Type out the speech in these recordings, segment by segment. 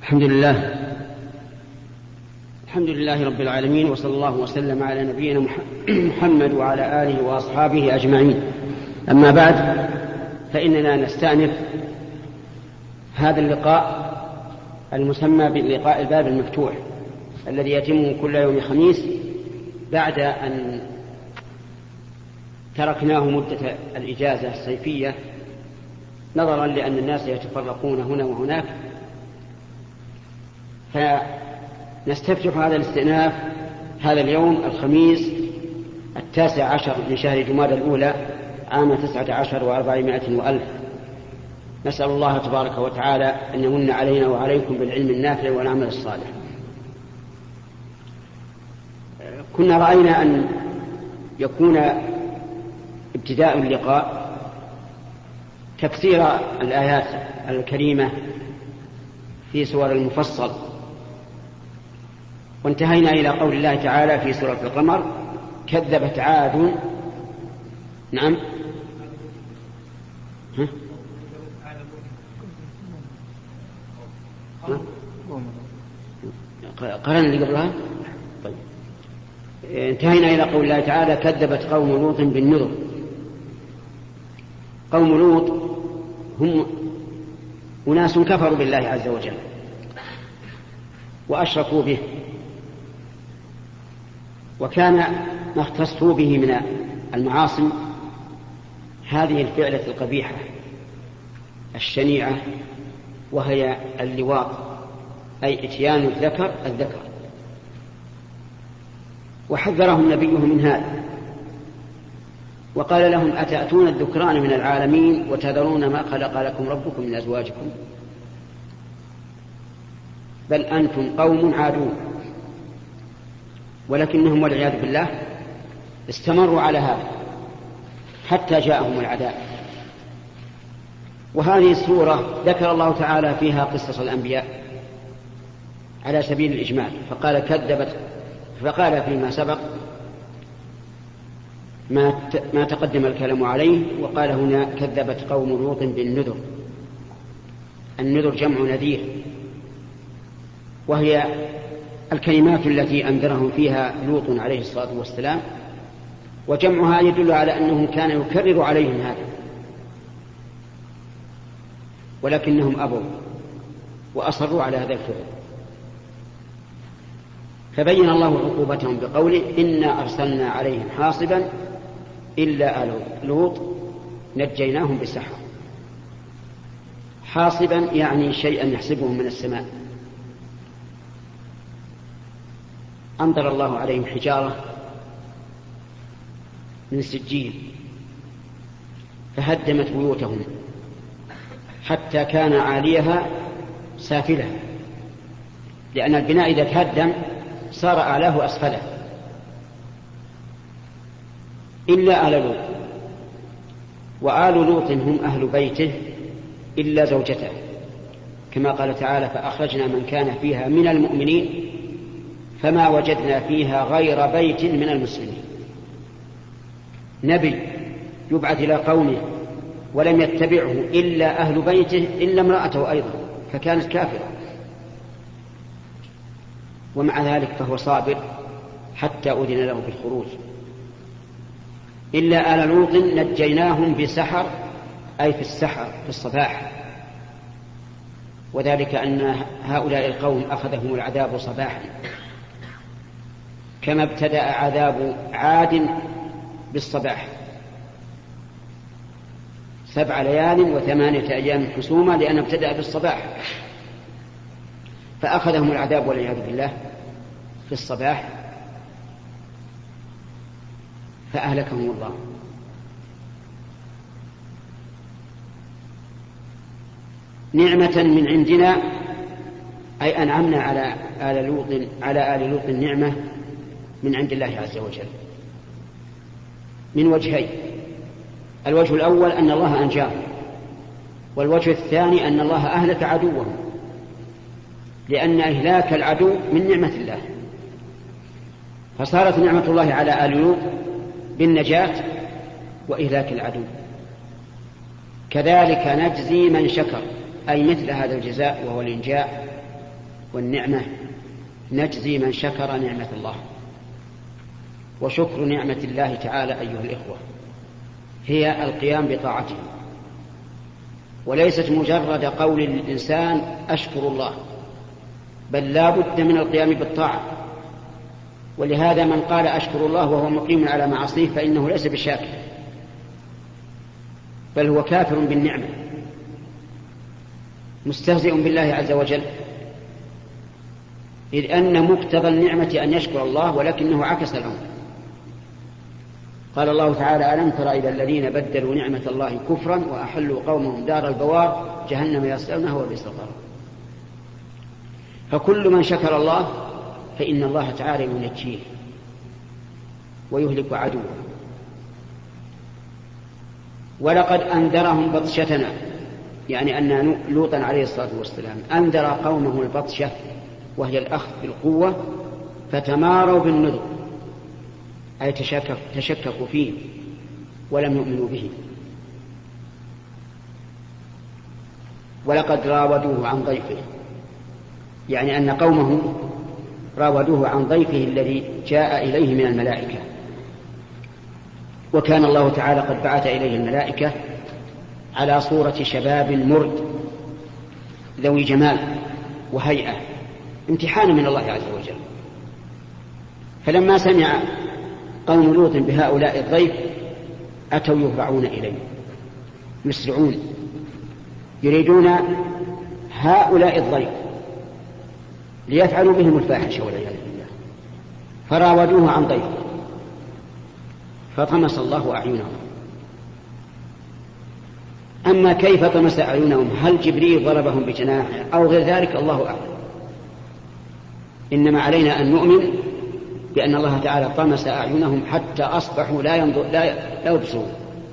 الحمد لله رب العالمين، وصلى الله وسلم على نبينا محمد وعلى آله وأصحابه أجمعين. أما بعد، فإننا نستأنف هذا اللقاء المسمى بلقاء الباب المفتوح، الذي يتم كل يوم خميس بعد أن تركناه مدة الإجازة الصيفية نظرا لأن الناس يتفرقون هنا وهناك، فنستفتح هذا الاستئناف هذا اليوم الخميس 19 من شهر جمادى الأولى عام 19 و400 وألف. نسأل الله تبارك وتعالى أن يمن علينا وعليكم بالعلم النافع والعمل الصالح. كنا رأينا أن يكون ابتداء اللقاء تفسير الآيات الكريمة في سور المفصل، وانتهينا إلى قول الله تعالى في سورة القمر: كذبت عاد. نعم، قرن اللي قبلها. طيب، انتهينا إلى قول الله تعالى: كذبت قوم لوط بالنذر. قوم لوط هم أناس كفروا بالله عز وجل وأشركوا به، وكان ما اختصوا به من المعاصم هذه الفعلة القبيحة الشنيعة، وهي اللواط، أي إتيان الذكر. وحذرهم نبيه من هذا وقال لهم: أتأتون الذكران من العالمين وتذرون ما خلق لكم ربكم من أزواجكم، بل أنتم قوم عادون. ولكنهم والعياذ بالله استمروا على هذا حتى جاءهم العذاب. وهذه السورة ذكر الله تعالى فيها قصص الأنبياء على سبيل الإجمال، فقال فيما سبق ما تقدم الكلام عليه، وقال هنا: كذبت قوم لوط بالنذر. النذر جمع نذير، وهي الكلمات التي أنذرهم فيها لوط عليه الصلاة والسلام، وجمعها يدل على أنه كان يكرر عليهم هذا، ولكنهم أبوا وأصروا على هذا الفعل. فبين الله عقوبتهم بقوله: إنا أرسلنا عليهم حاصبا إلا آل لوط نجيناهم بسحر. حاصبا يعني شيئا يحسبهم من السماء. أمطر الله عليهم حجارة من سجيل فهدمت بيوتهم حتى كان عاليها سافلة، لأن البناء إذا تهدم صار أعلاه أسفله. إلا آل لوط، وآل لوط هم أهل بيته إلا زوجته، كما قال تعالى: فأخرجنا من كان فيها من المؤمنين فما وجدنا فيها غير بيت من المسلمين. نبي يبعث إلى قومه ولم يتبعه إلا أهل بيته إلا امرأته أيضا، فكانت كافرة، ومع ذلك فهو صابر حتى أذن له بالخروج. إلا آل لوط نجيناهم بسحر، أي في السحر في الصباح، وذلك أن هؤلاء القوم أخذهم العذاب صباحا، كما ابتدأ عذاب عاد بالصباح 7 ليال و8 أيام حسوما، لأن ابتدأ بالصباح، فأخذهم العذاب والعياذ بالله في الصباح فأهلكهم الله. نعمة من عندنا، أي أنعمنا على آل لوط نعمة من عند الله عز وجل من وجهين: الوجه الأول أن الله أنجاهم، والوجه الثاني أن الله أهلك عدوهم، لأن إهلاك العدو من نعمة الله. فصارت نعمة الله على آل لوط بالنجاة وإهلاك العدو. كذلك نجزي من شكر، أي مثل هذا الجزاء، وهو الإنجاء والنعمة نجزي من شكر نعمة الله. وشكر نعمة الله تعالى أيها الإخوة هي القيام بطاعته، وليست مجرد قول الإنسان أشكر الله، بل لا بد من القيام بالطاعة. ولهذا من قال أشكر الله وهو مقيم على معاصيه فإنه ليس بشاكر، بل هو كافر بالنعمة مستهزئ بالله عز وجل، إذ أن مقتضى النعمة أن يشكر الله، ولكنه عكس الأمر. قال الله تعالى: ألم تر إلى الذين بدلوا نعمة الله كفرا وأحلوا قومهم دار البوار جهنم يصلونها وبئس القرار. فكل من شكر الله فإن الله تعالى ينجيه ويهلك عدوه. ولقد أنذرهم بطشتنا، يعني أن لوطا عليه الصلاة والسلام أنذر قومه البطشة وهي الأخذ بالقوة، فتماروا بالنذر، أي تشككوا فيه ولم يؤمنوا به. ولقد راودوه عن ضيفه، يعني أن قومه راودوه عن ضيفه الذي جاء إليه من الملائكة. وكان الله تعالى قد بعث إليه الملائكة على صورة شباب مرد ذوي جمال وهيئة، امتحانا من الله عز وجل. فلما سمع قوم لوط بهؤلاء الضيف أتوا يهرعون إليه، يسرعون، يريدون هؤلاء الضيف ليفعلوا بهم الفاحشة والعياذ بالله، فراودوه عن ضيفه فطمس الله أعينهم. أما كيف طمس أعينهم، هل جبريل ضربهم بجناحه أو غير ذلك، الله أعلم. إنما علينا أن نؤمن بأن الله تعالى طمس أعينهم حتى أصبحوا لا يبصرون.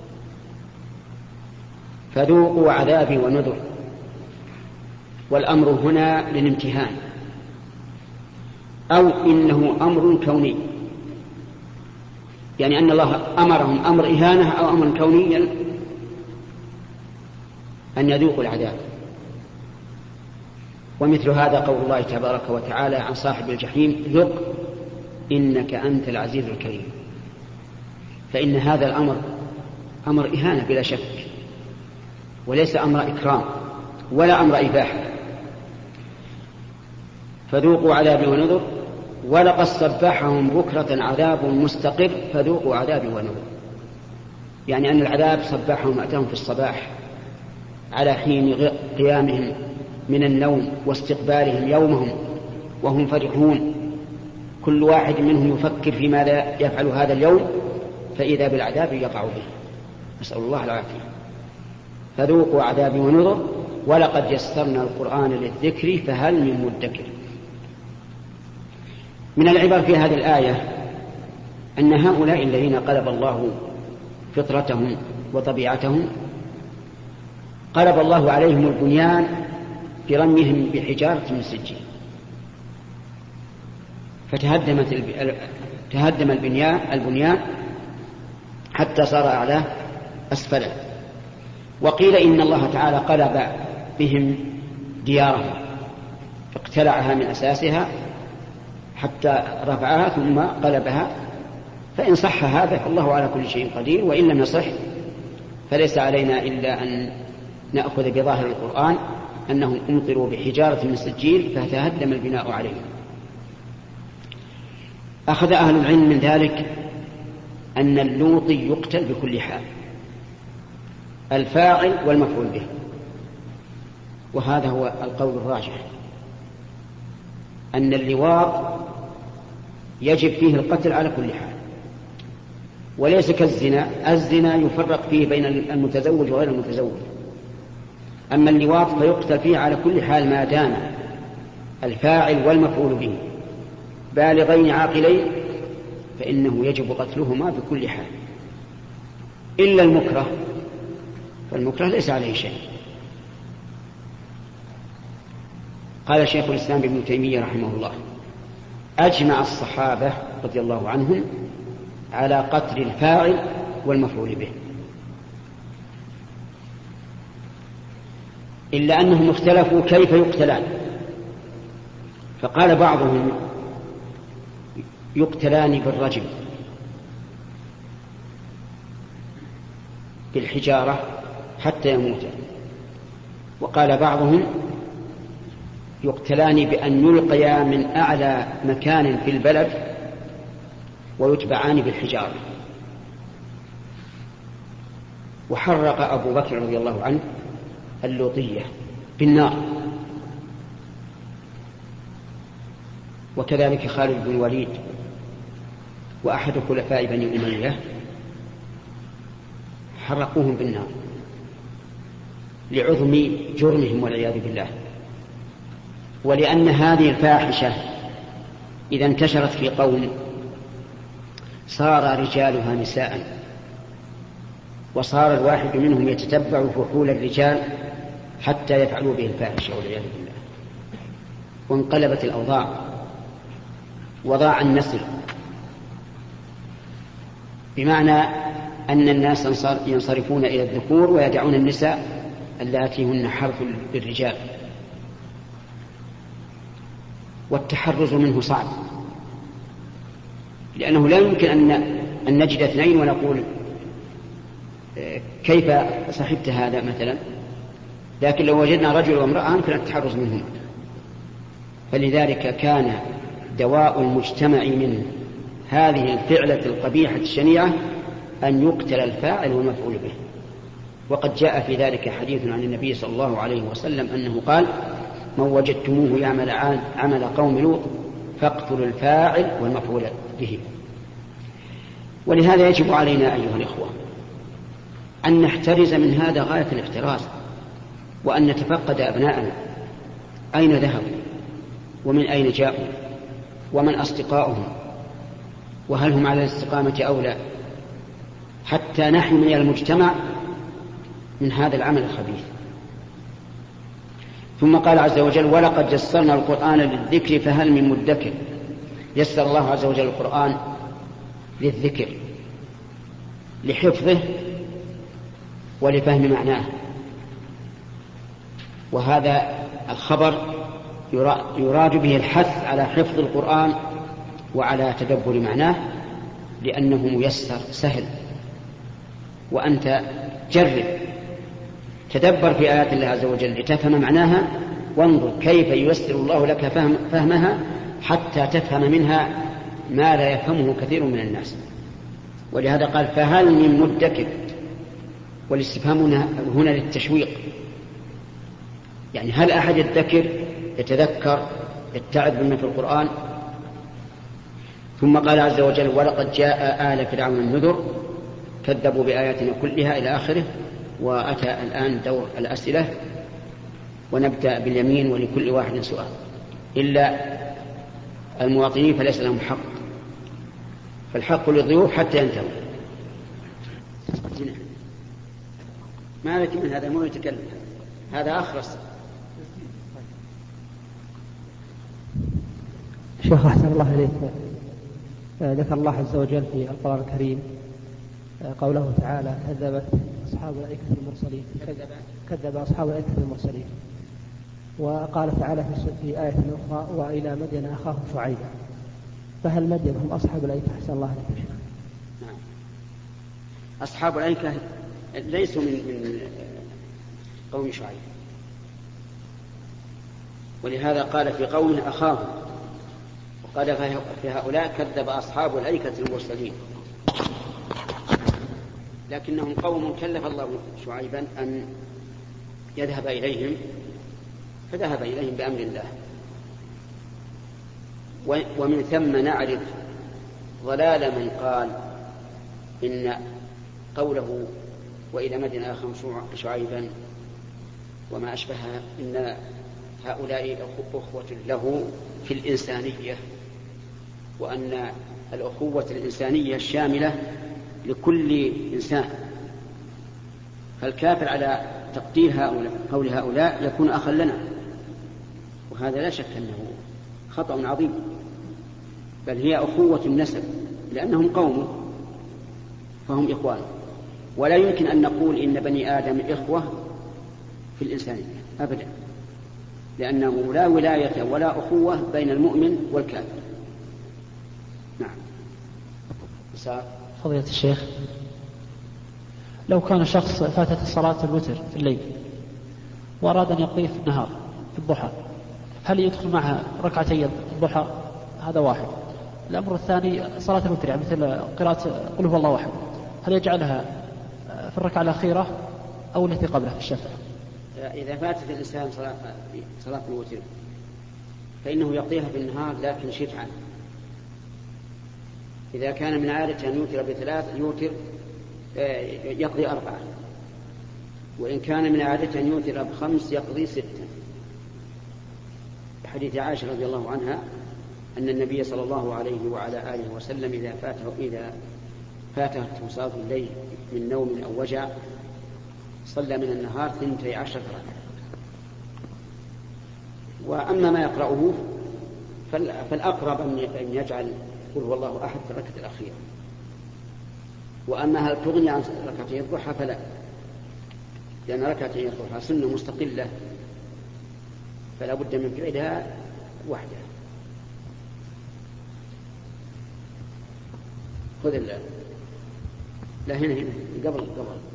فذوقوا عذابي ونذر. والأمر هنا للامتهان، أو إنه أمر كوني، يعني أن الله أمرهم أمر إهانة أو أمر كوني أن يذوقوا العذاب. ومثل هذا قول الله تبارك وتعالى عن صاحب الجحيم: ذق إنك أنت العزيز الكريم. فإن هذا الأمر أمر إهانة بلا شك، وليس أمر إكرام ولا أمر إباحة. فذوقوا عذابي ونذر. ولقد صبحهم بكرة عذاب مستقر فذوقوا عذابي ونذر، يعني أن العذاب صبحهم، أتاهم في الصباح على حين قيامهم من النوم واستقبالهم يومهم وهم فرحون، كل واحد منهم يفكر في ماذا يفعل هذا اليوم، فإذا بالعذاب يقع به، نسأل الله العافية. فذوقوا عذابي ونذر. ولقد يسرنا القرآن للذكر فهل من مدكر. من العبر في هذه الآية أن هؤلاء الذين قلب الله فطرتهم وطبيعتهم قلب الله عليهم البنيان برميهم بحجارة من سجيل، فتهدم البنيان حتى صار أعلاه أسفله. وقيل إن الله تعالى قلب بهم ديارهم، اقتلعها من أساسها حتى رفعها ثم قلبها. فإن صح هذا فالله على كل شيء قدير، وإن لم يصح فليس علينا إلا أن نأخذ بظاهر القرآن أنهم أمطروا بحجارة من سجيل فتهدم البناء عليهم. أخذ أهل العلم من ذلك أن اللوطي يقتل بكل حال، الفاعل والمفعول به، وهذا هو القول الراجح، أن اللواط يجب فيه القتل على كل حال، وليس كالزنا. الزنا يفرق فيه بين المتزوج وغير المتزوج، أما اللواط فيقتل فيه على كل حال ما دام الفاعل والمفعول به بالغين عاقلين، فإنه يجب قتلهما بكل حال، إلا المكره، فالمكره ليس عليه شيء. قال شيخ الإسلام ابن تيمية رحمه الله: أجمع الصحابة رضي الله عنهم على قتل الفاعل والمفعول به، إلا أنهم اختلفوا كيف يقتلان. فقال بعضهم يقتلان بالرجم بالحجارة حتى يموتا، وقال بعضهم يقتلان بأن يلقيا من أعلى مكان في البلد ويتبعان بالحجارة. وحرق أبو بكر رضي الله عنه اللوطية بالنار، وكذلك خالد بن الوليد وأحد خلفاء بني أمية حرقوهم بالنار لعظم جرمهم والعياذ بالله. ولأن هذه الفاحشة إذا انتشرت في قوم صار رجالها نساء، وصار الواحد منهم يتتبع فحول الرجال حتى يفعلوا به الفاحشة والعياذ بالله، وانقلبت الأوضاع وضاع النسل، بمعنى أن الناس ينصرفون إلى الذكور ويدعون النساء اللاتي هن حرث للرجال. والتحرز منه صعب، لأنه لا يمكن أن نجد اثنين ونقول كيف صحبت هذا مثلا، لكن لو وجدنا رجل وامرأة يمكن التحرز منهما. فلذلك كان دواء المجتمع من هذه الفعلة القبيحة الشنيعة أن يقتل الفاعل والمفعول به. وقد جاء في ذلك حديث عن النبي صلى الله عليه وسلم أنه قال: من وجدتموه يعمل عمل قوم لوط فاقتلوا الفاعل والمفعول به. ولهذا يجب علينا أيها الإخوة أن نحترز من هذا غاية الاحتراز، وأن نتفقد أبناءنا أين ذهبوا ومن أين جاءوا ومن أصدقاؤهم وهل هم على الاستقامة أو لا، حتى نحمي المجتمع من هذا العمل الخبيث. ثم قال عز وجل: ولقد يسرنا القرآن للذكر فهل من مدكر. يسر الله عز وجل القرآن للذكر، لحفظه ولفهم معناه. وهذا الخبر يراد به الحث على حفظ القرآن وعلى تدبر معناه، لأنه ميسر سهل. وأنت جرب تدبر في آيات الله عز وجل لتفهم معناها، وانظر كيف ييسر الله لك فهمها حتى تفهم منها ما لا يفهمه كثير من الناس. ولهذا قال: فهل من مدكر. والاستفهام هنا للتشويق، يعني هل أحد يتذكر يتعظ بما في القرآن؟ ثم قال عز وجل: ولقد جاء آل فرعون النذر كذبوا بآياتنا كلها إلى آخره. وأتى الآن دور الأسئلة، ونبدأ باليمين ولكل واحد سؤال، إلا المواطنين فليس لهم حق، فالحق للضيوف حتى ينتهوا. ما لك من هذا؟ مو يتكلم، هذا أخرس. شيخ أحسن الله إليك، ذكر الله عز وجل في القرآن الكريم قوله تعالى: كذبت أصحاب الأيكة المرسلين. كذب أصحاب الأيكة المرسلين. وقال تعالى في آية أخرى: وإلى مدين أخاهم شعيبا. فهل مدين هم أصحاب الأيكة؟ أحسن الله إليك شيخ. نعم، أصحاب الأيكة ليسوا من قوم شعيب، ولهذا قال في قوله أخاهم، وقال في هؤلاء كذب أصحاب الأيكة المرسلين، لكنهم قوم كلف الله شعيبا أن يذهب إليهم، فذهب إليهم بأمر الله. ومن ثم نعرف ضلال من قال إن قوله وإلى مدين أخاهم شعيبا وما أشبهها إن هؤلاء أخوة له في الإنسانية، وأن الأخوة الإنسانية الشاملة لكل إنسان، فالكافر على تقدير قول هؤلاء يكون أخا لنا، وهذا لا شك أنه خطأ عظيم، بل هي أخوة النسب، لأنهم قوم فهم إخوان. ولا يمكن أن نقول إن بني آدم إخوة في الإنسانية أبدا، لأنه لا ولاية ولا أخوة بين المؤمن والكافر. نعم. فضيلة الشيخ، لو كان شخص فاتت صلاة الوتر في الليل وأراد أن يقضيه في النهار في الضحى، هل يدخل معها ركعتي الضحى؟ هذا واحد. الأمر الثاني صلاة الوتر، يعني مثل قراءة قل هو الله أحد، هل يجعلها في الركعة الأخيرة أو التي قبلها في الشفع؟ إذا فاتت الإنسان صلاة الوتر فإنه يقضيها في النهار لكن شفعا. إذا كان من عادة أن يوتر بثلاث يقضي 4، وإن كان من عادة أن يوتر ب5 يقضي 6. حديث عائشة رضي الله عنها أن النبي صلى الله عليه وعلى آله وسلم إذا فاته صلاة الليل من نوم أو وجع صلى من النهار 12 ركعة. وأما ما يقرأه فالأقرب أن يجعل قل هو الله أحد في الركعة الأخيرة. وأما هل تغني عن ركعتي الضحى فلا، لأن ركعتي الضحى سنة مستقلة فلا بد من فعلها وحدها. خذ لا هنا قبل.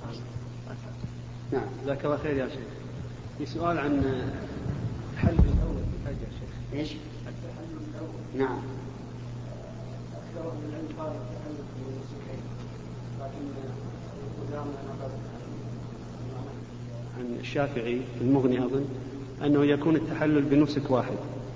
نعم. جزاك الله خير يا شيخ. في سؤال عن التحلل الأول في الفجر يا شيخ. إيش؟ التحلل الأول. نعم. أكثر من العلم قال التحلل في النسكين، لكن عن الشافعي في المغني أظن أنه يكون التحلل بنسك واحد،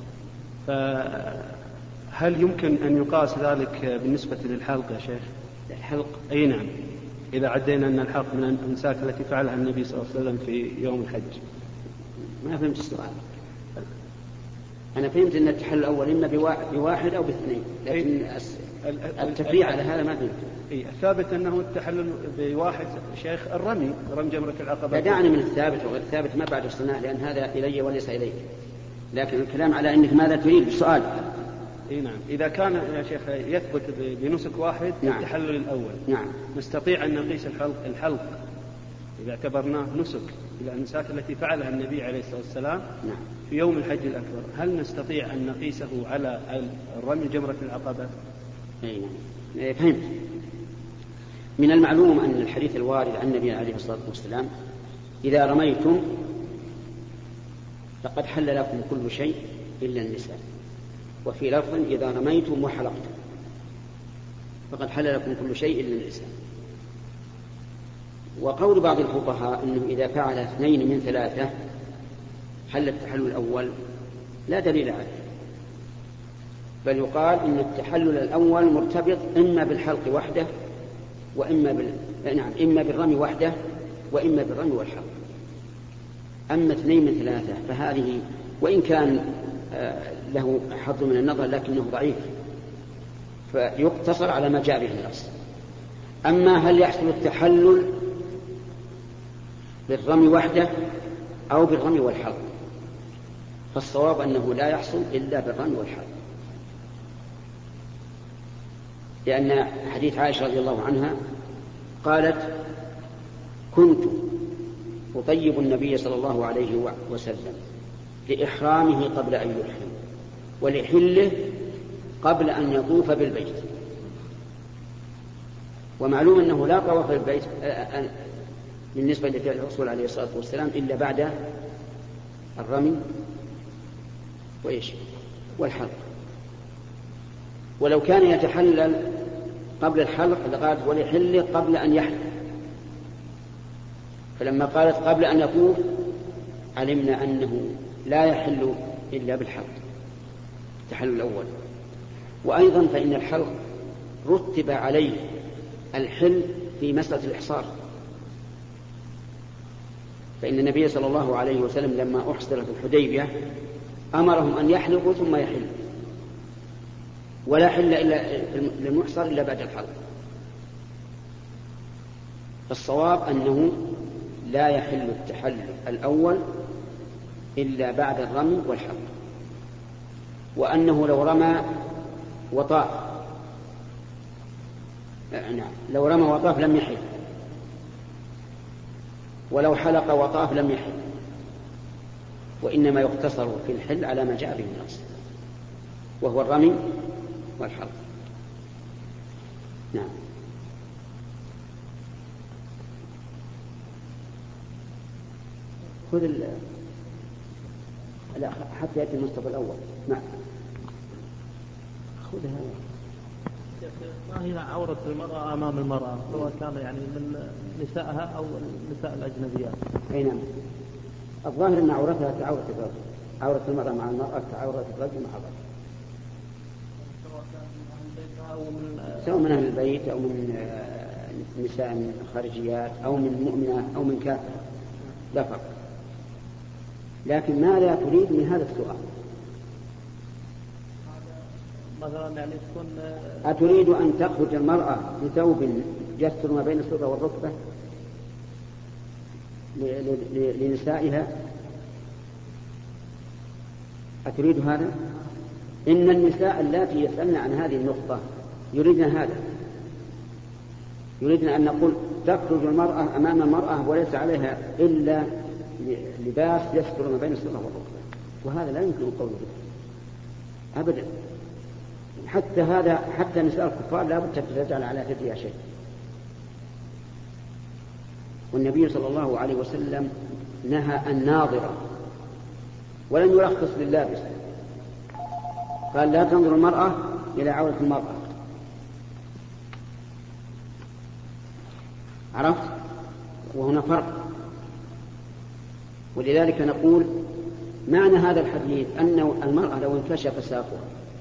فهل يمكن أن يقاس ذلك بالنسبة للحلق يا شيخ؟ الحلق؟ أي نعم، إذا عدينا أن الحلق من الأمساك التي فعلها النبي صلى الله عليه وسلم في يوم الحج. ما فهمت السؤال. أنا فهمت أن التحلل الأول إما بواحد أو باثنين، لكن التفريع على هذا ما فهمت. الثابت أنه التحلل بواحد شيخ رمي جمرة العقبة. دعني من الثابت وغير الثابت ما بعد الصناعة، لأن هذا إلي وليس إليك، لكن الكلام على أنك ماذا تريد بالسؤال. اي نعم. اذا كان يا شيخ يثبت بنسك واحد نعم. التحلل الاول نعم. نستطيع ان نقيس الحلق اذا اعتبرناه نسك الامساك التي فعلها النبي عليه الصلاه والسلام نعم. في يوم الحج الاكبر، هل نستطيع ان نقيسه على الرمي جمرة العقبة؟ اي نعم. فهمت. من المعلوم ان الحديث الوارد عن النبي عليه الصلاه والسلام اذا رميتم فقد حل لكم كل شيء الا النساء، وفي لفظ إذا رميتم وحلقتم فقد حل لكم كل شيء إلا النساء. وقول بعض الفقهاء أنه إذا فعل 2 من 3 حل التحلل الأول لا دليل عليه، بل يقال إن التحلل الأول مرتبط إما بالحلق وحده إما بالرمي وحده وإما بالرمي والحلق. أما 2 من 3 فهذه وإن كان له حظ من النظر لكنه ضعيف، فيقتصر على ما جاء به النص. أما هل يحصل التحلل بالرمي وحده أو بالرمي والحلق، فالصواب أنه لا يحصل إلا بالرمي والحلق، لأن حديث عائشة رضي الله عنها قالت كنت أطيب النبي صلى الله عليه وسلم لإحرامه قبل أن يحرم ولحله قبل أن يطوف بالبيت. ومعلوم أنه لا طواف بالبيت بالنسبة لفعل الرسول عليه الصلاة والسلام إلا بعد الرمي والحلق. ولو كان يتحلل قبل الحلق لقالت ولحله قبل أن يحلق، فلما قالت قبل أن يطوف علمنا أنه لا يحل إلا بالحلق التحلل الأول. وأيضا فإن الحلق رتب عليه الحل في مسألة الإحصار، فإن النبي صلى الله عليه وسلم لما أحصر في الحديبية أمرهم أن يحلقوا ثم يحلوا، ولا حل إلا للمحصر إلا بعد الحلق. فالصواب أنه لا يحل التحلل الأول إلا بعد الرمي والحلق، وأنه لو رمى وطاف لو رمى وطاف لم يحل، ولو حلق وطاف لم يحل. وإنما يقتصر في الحل على ما جاء به النص، وهو الرمي والحلق. نعم. خذ لا حتى يأتي المصطفى الأول. نعم. خذها. ما هي عورة المرأة أمام المرأة سواء كان يعني من نسائها أو النساء الأجنبيات؟ أي نعم. الظاهر أن عورتها كعورة الرجل، عورة المرأة مع المرأة كعورة الرجل مع الرجل، سواء من أهل البيت أو من نساء خارجيات أو من مؤمنات أو من كافر، لا فرق. لكن ماذا تريد من هذا السؤال؟ مثلا يعني تكون أتريد أن تخرج المرأة بثوب يستر ما بين السرة والركبة لنسائها؟ أتريد هذا؟ إن النساء اللاتي يسألن عن هذه النقطة يريدن هذا، يريدن أن نقول تخرج المرأة أمام المرأة وليس عليها إلا لباس يستر ما بين السرة والركبة، وهذا لا يمكن القول به أبدا. حتى نساء الكفار لا بد تجعل على ثديها شيء. والنبي صلى الله عليه وسلم نهى الناظرة ولن يرخص لللابس، قال لا تنظر المرأة إلى عورة المرأة. عرفت؟ وهنا فرق. ولذلك نقول معنى هذا الحديث أن المرأة لو انكشف ساقها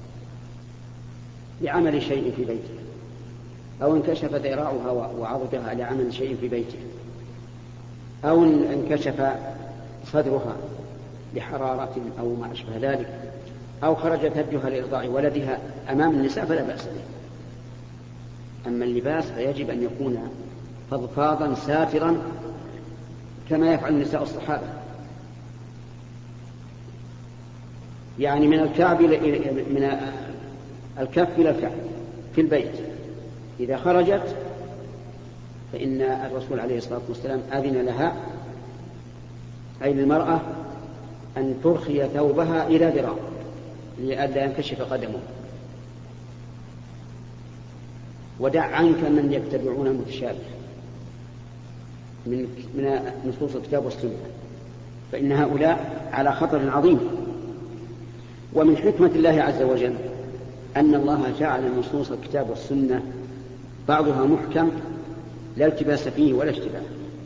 لعمل شيء في بيته، أو انكشف ذراعها وعضدها لعمل شيء في بيته، أو انكشف صدرها لحرارة أو ما أشبه ذلك، أو خرج ثديها لإرضاع ولدها أمام النساء فلا بأس به. أما اللباس فيجب أن يكون فضفاضا ساترا كما يفعل نساء الصحابة، يعني من الكعب من الكف إلى الكعب في البيت. إذا خرجت فإن الرسول عليه الصلاة والسلام أذن لها، أي للمرأة، أن ترخي ثوبها إلى ذراع لئلا ينكشف قدمه. ودع عنك من يتبعون المتشابه من نصوص الكتاب والسنة، فإن هؤلاء على خطر عظيم. ومن حكمة الله عز وجل أن الله جعل نصوص الكتاب والسنة بعضها محكم لا التباس فيه ولا اشتباه،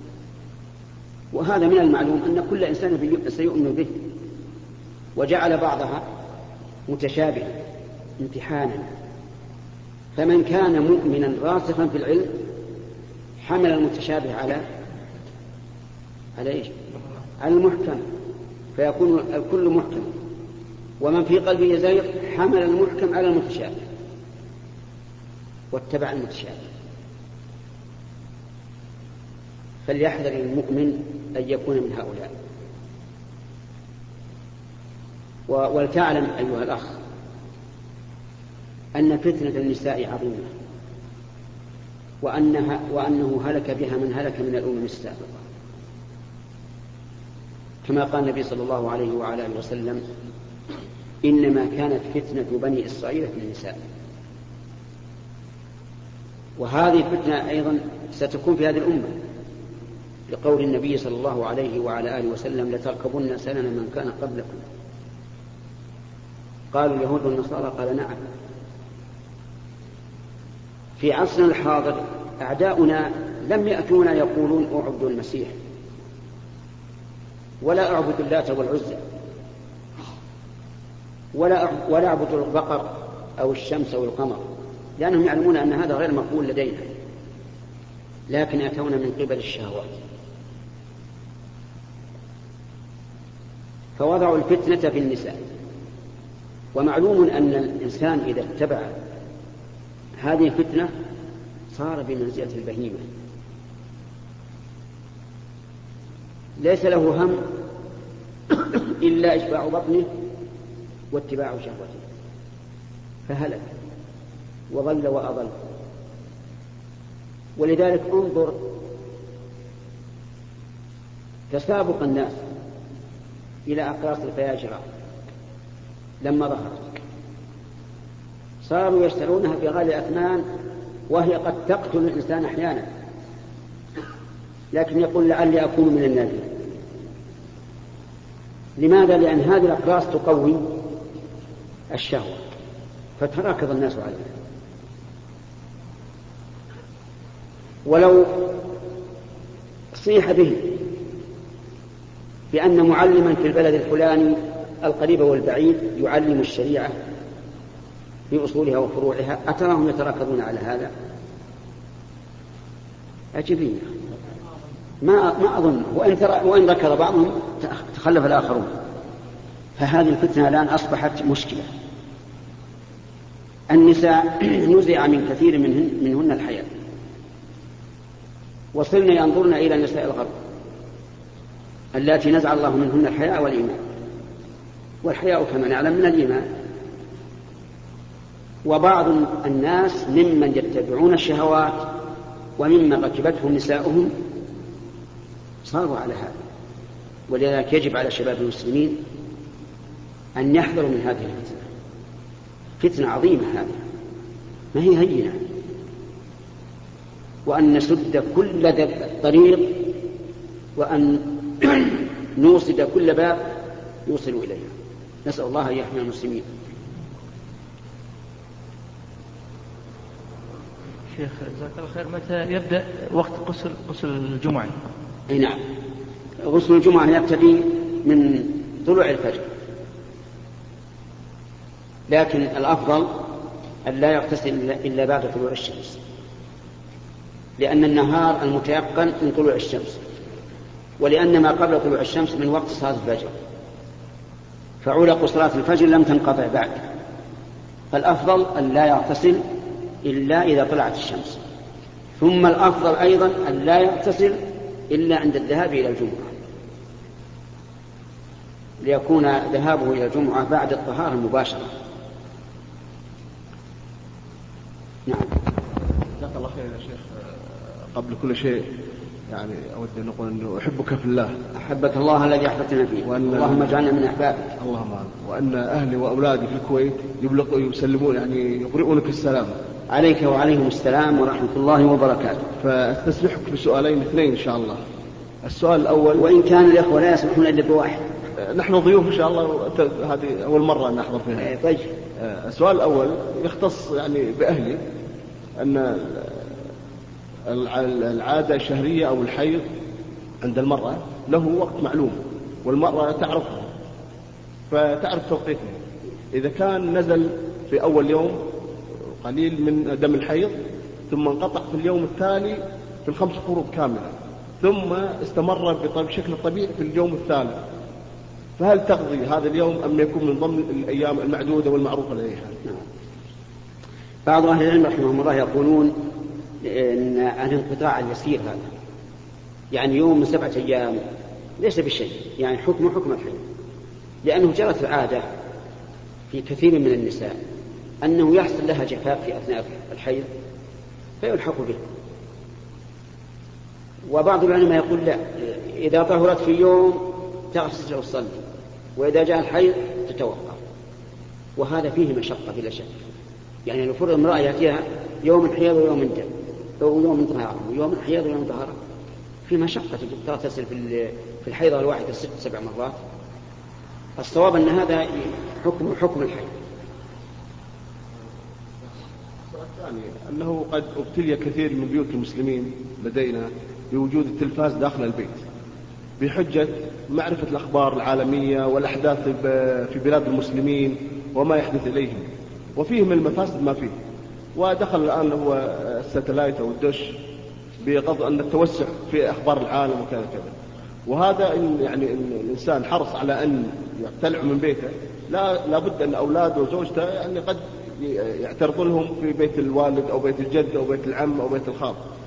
وهذا من المعلوم أن كل إنسان سيؤمن به، وجعل بعضها متشابه امتحانا. فمن كان مؤمنا راسخا في العلم حمل المتشابه على إيش؟ على المحكم، فيكون الكل محكم. ومن في قلبه زيغ حمل المحكم على المتشابه واتبع المتشابه. فليحذر المؤمن أن يكون من هؤلاء. ولتعلم أيها الأخ أن فتنة النساء عظيمة، وأنه هلك بها من هلك من الأمم السابقة، كما قال النبي صلى الله عليه وعلى آله وسلم: إنما كانت فتنة بني إسرائيل في النساء. وهذه الفتنة أيضا ستكون في هذه الأمة، لقول النبي صلى الله عليه وعلى آله وسلم: لتركبن سنن من كان قبلكم. قالوا اليهود والنصارى، قال: نعم. في عصرنا الحاضر أعداؤنا لم يأتونا يقولون اعبدوا المسيح ولا اعبدوا اللات والعزى ولا اعبدوا البقر أو الشمس أو القمر، لأنهم يعلمون أن هذا غير مقبول لدينا، لكن أتونا من قبل الشهوات. فوضعوا الفتنة في النساء. ومعلوم أن الإنسان إذا اتبع هذه الفتنة صار بمنزلة البهيمة، ليس له هم إلا إشباع بطنه واتباع شهوته، فهلك وضل وأضل. ولذلك انظر تسابق الناس إلى أقراص الفياجرة لما ظهرت، صاروا يشترونها بغالي الأثمان، وهي قد تقتل الإنسان أحيانا، لكن يقول لعلي أكون من الناجين. لماذا؟ لأن هذه الأقراص تقوي الشهوة فتراكض الناس عليها. ولو صيح به بأن معلما في البلد الفلاني القريب والبعيد يعلم الشريعة بأصولها وفروعها، أتراهم يتراكضون على هذا؟ أجبين ما أظن، وإن ذكر بعضهم تخلف الآخرون. فهذه الفتنة الآن أصبحت مشكلة. النساء نزع من كثير منهن الحياة، وصلنا ينظرن إلى نساء الغرب التي نزع الله منهن الحياء والإيمان، والحياء كما نعلم من الإيمان. وبعض الناس ممن يتبعون الشهوات وممن ركبتهم نساؤهم صاروا على هذا. ولذلك يجب على شباب المسلمين أن يحذروا من هذه الفتنة، فتنة عظيمة هذه ما هي هينة، وأن نسد كل طريق وأن نوصد كل باب يوصل إليها. نسأل الله أن يحمي المسلمين. شيخ جزاك الله خير، متى يبدأ وقت غسل الجمعة؟ أي نعم، غسل الجمعة يبتدي من طلوع الفجر، لكن الأفضل أن لا يغتسل إلا بعد طلوع الشمس، لأن النهار المتيقن من طلوع الشمس، ولأن ما قبل طلوع الشمس من وقت صلاة الفجر، فعلق صلاة الفجر لم تنقطع بعد. فالأفضل أن لا يغتسل إلا إذا طلعت الشمس. ثم الأفضل أيضا أن لا يغتسل إلا عند الذهاب إلى الجمعة، ليكون ذهابه إلى الجمعة بعد الطهارة مباشرة. نعم. جزاك الله خير يا شيخ. قبل كل شيء يعني أود أن نقول أنه أحبك في الله. أحبك الله الذي أحببتنا فيه، اللهم اجعلنا من أحبابك. اللهم آمين. وأن أهلي وأولادي في الكويت يسلمون يعني يقرؤونك السلام. عليك وعليهم السلام ورحمة الله وبركاته. فاستسلحك بسؤالين اثنين إن شاء الله. السؤال الأول، وإن كان الإخوة لا يسمحون إلا بواحد، نحن ضيوف إن شاء الله، هذه أول مرة نحضر فيها. طيب. السؤال الأول يختص يعني بأهلي، أن العادة الشهرية أو الحيض عند المرأة له وقت معلوم، والمرأة تعرفه فتعرف توقيته. إذا كان نزل في أول يوم قليل من دم الحيض، ثم انقطع في اليوم التالي في 5 فروض كاملة، ثم استمر بشكل طبيعي في اليوم الثالث، فهل تقضي هذا اليوم أم يكون من ضمن الأيام المعدودة والمعروفة لديها؟ بعض أهل العلم رحمهم الله يقولون إن الانقطاع اليسير هذا يعني يوم من 7 أيام ليس بشيء، يعني حكم الحيض، لأنه جرت العادة في كثير من النساء أنه يحصل لها جفاف في أثناء الحيض فيلحق به. وبعض العلماء يقول لا، إذا طهرت في يوم تغتسل وتصلي، وإذا جاء الحيض تتوقف، وهذا فيه مشقة بلا شك. يعني لو فرض امرأة يأتيها يوم حيض ويوم دم أو يوم طهارة ويوم حيض ويوم طهارة، في مشقة تغتسل في الحيضة الواحدة 6-7 مرات. الصواب أن هذا حكم الحيض. الثاني أنه قد ابتلي كثير من بيوت المسلمين لدينا بوجود التلفاز داخل البيت بحجة معرفة الأخبار العالمية والأحداث في بلاد المسلمين وما يحدث إليهم، وفيه من المفاسد ما فيه. ودخل الآن هو الساتلايت أو الدش بقصد أن التوسع في أخبار العالم وكذا كذا. وهذا يعني إن الإنسان حرص على أن يقتلع من بيته، لا بد أن أولاده وزوجته يعني قد يعترضون لهم في بيت الوالد أو بيت الجد أو بيت العم أو بيت الخال.